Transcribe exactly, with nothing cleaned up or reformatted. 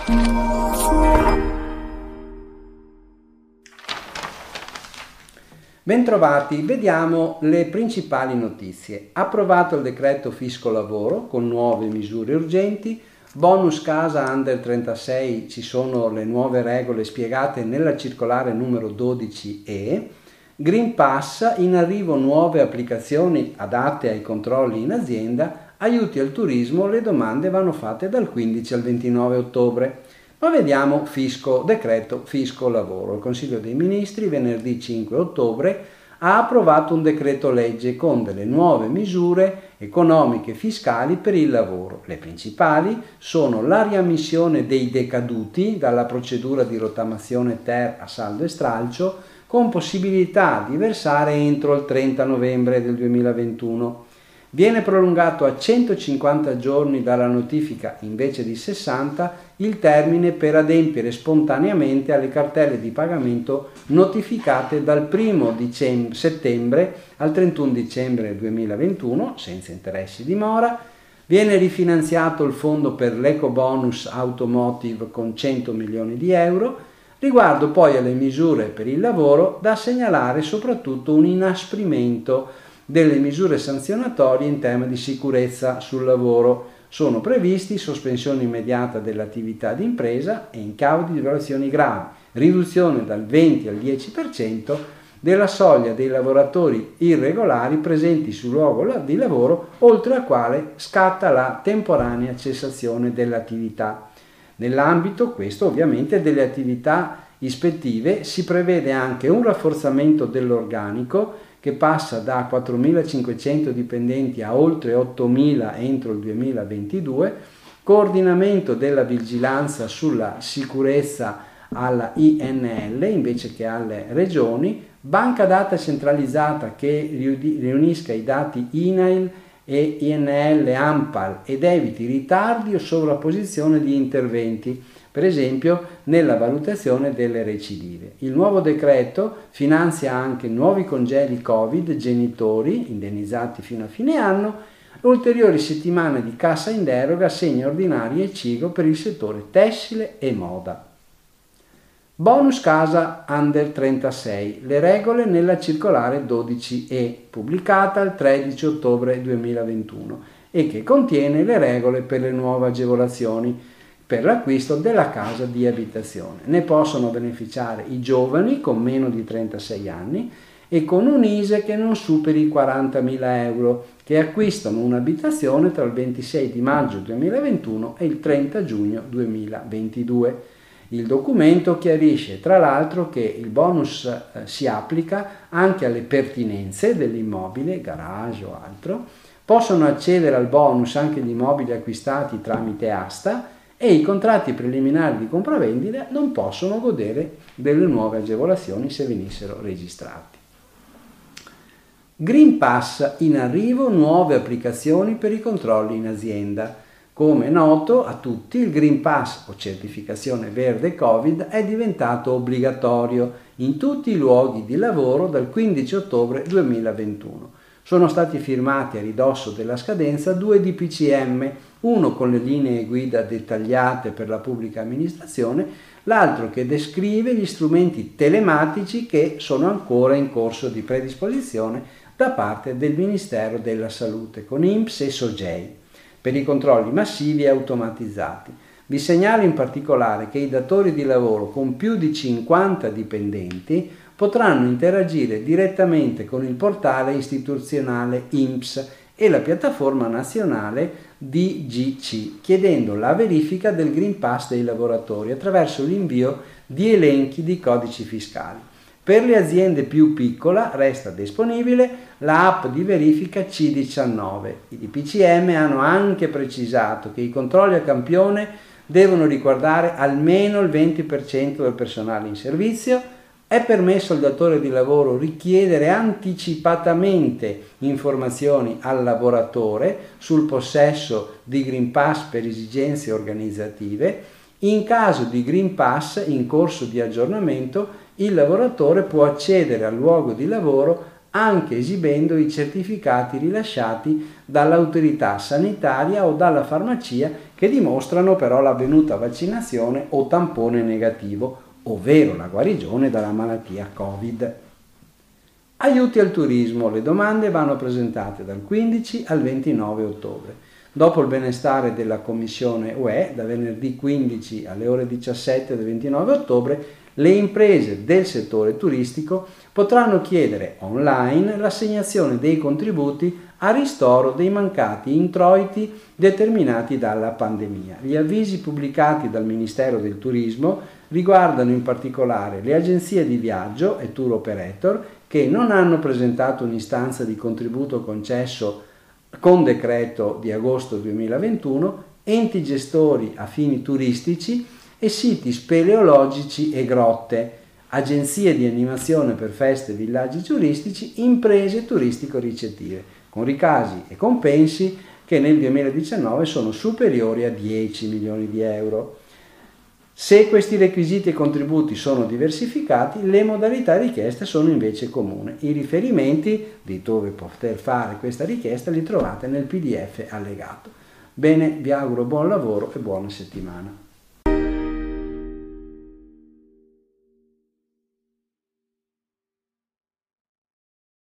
Bentrovati, vediamo le principali notizie. Approvato il decreto fisco lavoro con nuove misure urgenti, bonus casa under trentasei, ci sono le nuove regole spiegate nella circolare numero dodici E, Green Pass, in arrivo nuove applicazioni adatte ai controlli in azienda, aiuti al turismo, le domande vanno fatte dal quindici al ventinove ottobre. Ma vediamo fisco, decreto fisco lavoro. Il Consiglio dei Ministri venerdì cinque ottobre ha approvato un decreto legge con delle nuove misure economiche e fiscali per il lavoro. Le principali sono la riammissione dei decaduti dalla procedura di rottamazione ter a saldo e stralcio con possibilità di versare entro il trenta novembre del duemilaventuno. Viene prolungato a centocinquanta giorni dalla notifica invece di sessanta il termine per adempiere spontaneamente alle cartelle di pagamento notificate dal primo dicembre, settembre al trentuno dicembre duemilaventuno senza interessi di mora. Viene rifinanziato il fondo per l'ecobonus automotive con cento milioni di euro. Riguardo poi alle misure per il lavoro, da segnalare soprattutto un inasprimento delle misure sanzionatorie in tema di sicurezza sul lavoro. Sono previsti sospensione immediata dell'attività di impresa e in caso di violazioni gravi, riduzione dal venti al dieci per cento della soglia dei lavoratori irregolari presenti sul luogo di lavoro, oltre al quale scatta la temporanea cessazione dell'attività. Nell'ambito, questo ovviamente, delle attività ispettive si prevede anche un rafforzamento dell'organico che passa da quattromilacinquecento dipendenti a oltre ottomila entro il duemilaventidue, coordinamento della vigilanza sulla sicurezza alla I N L invece che alle regioni, banca data centralizzata che riunisca i dati I N A I L e I N L ANPAL ed eviti ritardi o sovrapposizione di interventi, per esempio nella valutazione delle recidive. Il nuovo decreto finanzia anche nuovi congedi Covid genitori indennizzati fino a fine anno, ulteriori settimane di cassa in deroga, assegni ordinari e cibo per il settore tessile e moda. Bonus casa under trentasei, le regole nella circolare dodici E, pubblicata il tredici ottobre duemilaventuno e che contiene le regole per le nuove agevolazioni per l'acquisto della casa di abitazione. Ne possono beneficiare i giovani con meno di trentasei anni e con un I S E E che non superi i quarantamila euro, che acquistano un'abitazione tra il ventisei di maggio duemilaventuno e il trenta giugno duemilaventidue. Il documento chiarisce tra l'altro che il bonus eh, si applica anche alle pertinenze dell'immobile, garage o altro. Possono accedere al bonus anche gli immobili acquistati tramite asta e i contratti preliminari di compravendita non possono godere delle nuove agevolazioni se venissero registrati. Green Pass, in arrivo nuove applicazioni per i controlli in azienda. Come è noto a tutti, il Green Pass o certificazione verde Covid è diventato obbligatorio in tutti i luoghi di lavoro dal quindici ottobre duemilaventuno. Sono stati firmati a ridosso della scadenza due D P C M, uno con le linee guida dettagliate per la pubblica amministrazione, l'altro che descrive gli strumenti telematici che sono ancora in corso di predisposizione da parte del Ministero della Salute con I N P S e SOGEI per i controlli massivi e automatizzati. Vi segnalo in particolare che i datori di lavoro con più di cinquanta dipendenti potranno interagire direttamente con il portale istituzionale I N P S e la piattaforma nazionale D G C, chiedendo la verifica del Green Pass dei lavoratori attraverso l'invio di elenchi di codici fiscali. Per le aziende più piccole resta disponibile la app di verifica C diciannove. I D P C M hanno anche precisato che i controlli a campione devono riguardare almeno il venti per cento del personale in servizio. È permesso al datore di lavoro richiedere anticipatamente informazioni al lavoratore sul possesso di Green Pass per esigenze organizzative. In caso di Green Pass in corso di aggiornamento, il lavoratore può accedere al luogo di lavoro anche esibendo i certificati rilasciati dall'autorità sanitaria o dalla farmacia che dimostrano però l'avvenuta vaccinazione o tampone negativo, ovvero la guarigione dalla malattia Covid. Aiuti al turismo. Le domande vanno presentate dal quindici al ventinove ottobre. Dopo il benestare della Commissione U E, da venerdì quindici alle ore diciassette del ventinove ottobre, le imprese del settore turistico potranno chiedere online l'assegnazione dei contributi a ristoro dei mancati introiti determinati dalla pandemia. Gli avvisi pubblicati dal Ministero del Turismo riguardano in particolare le agenzie di viaggio e tour operator che non hanno presentato un'istanza di contributo concesso con decreto di agosto duemilaventuno, enti gestori a fini turistici e siti speleologici e grotte, agenzie di animazione per feste e villaggi turistici, imprese turistico-ricettive, con ricasi e compensi che nel duemiladiciannove sono superiori a dieci milioni di euro. Se questi requisiti e contributi sono diversificati, le modalità richieste sono invece comuni. I riferimenti di dove poter fare questa richiesta li trovate nel P D F allegato. Bene, vi auguro buon lavoro e buona settimana.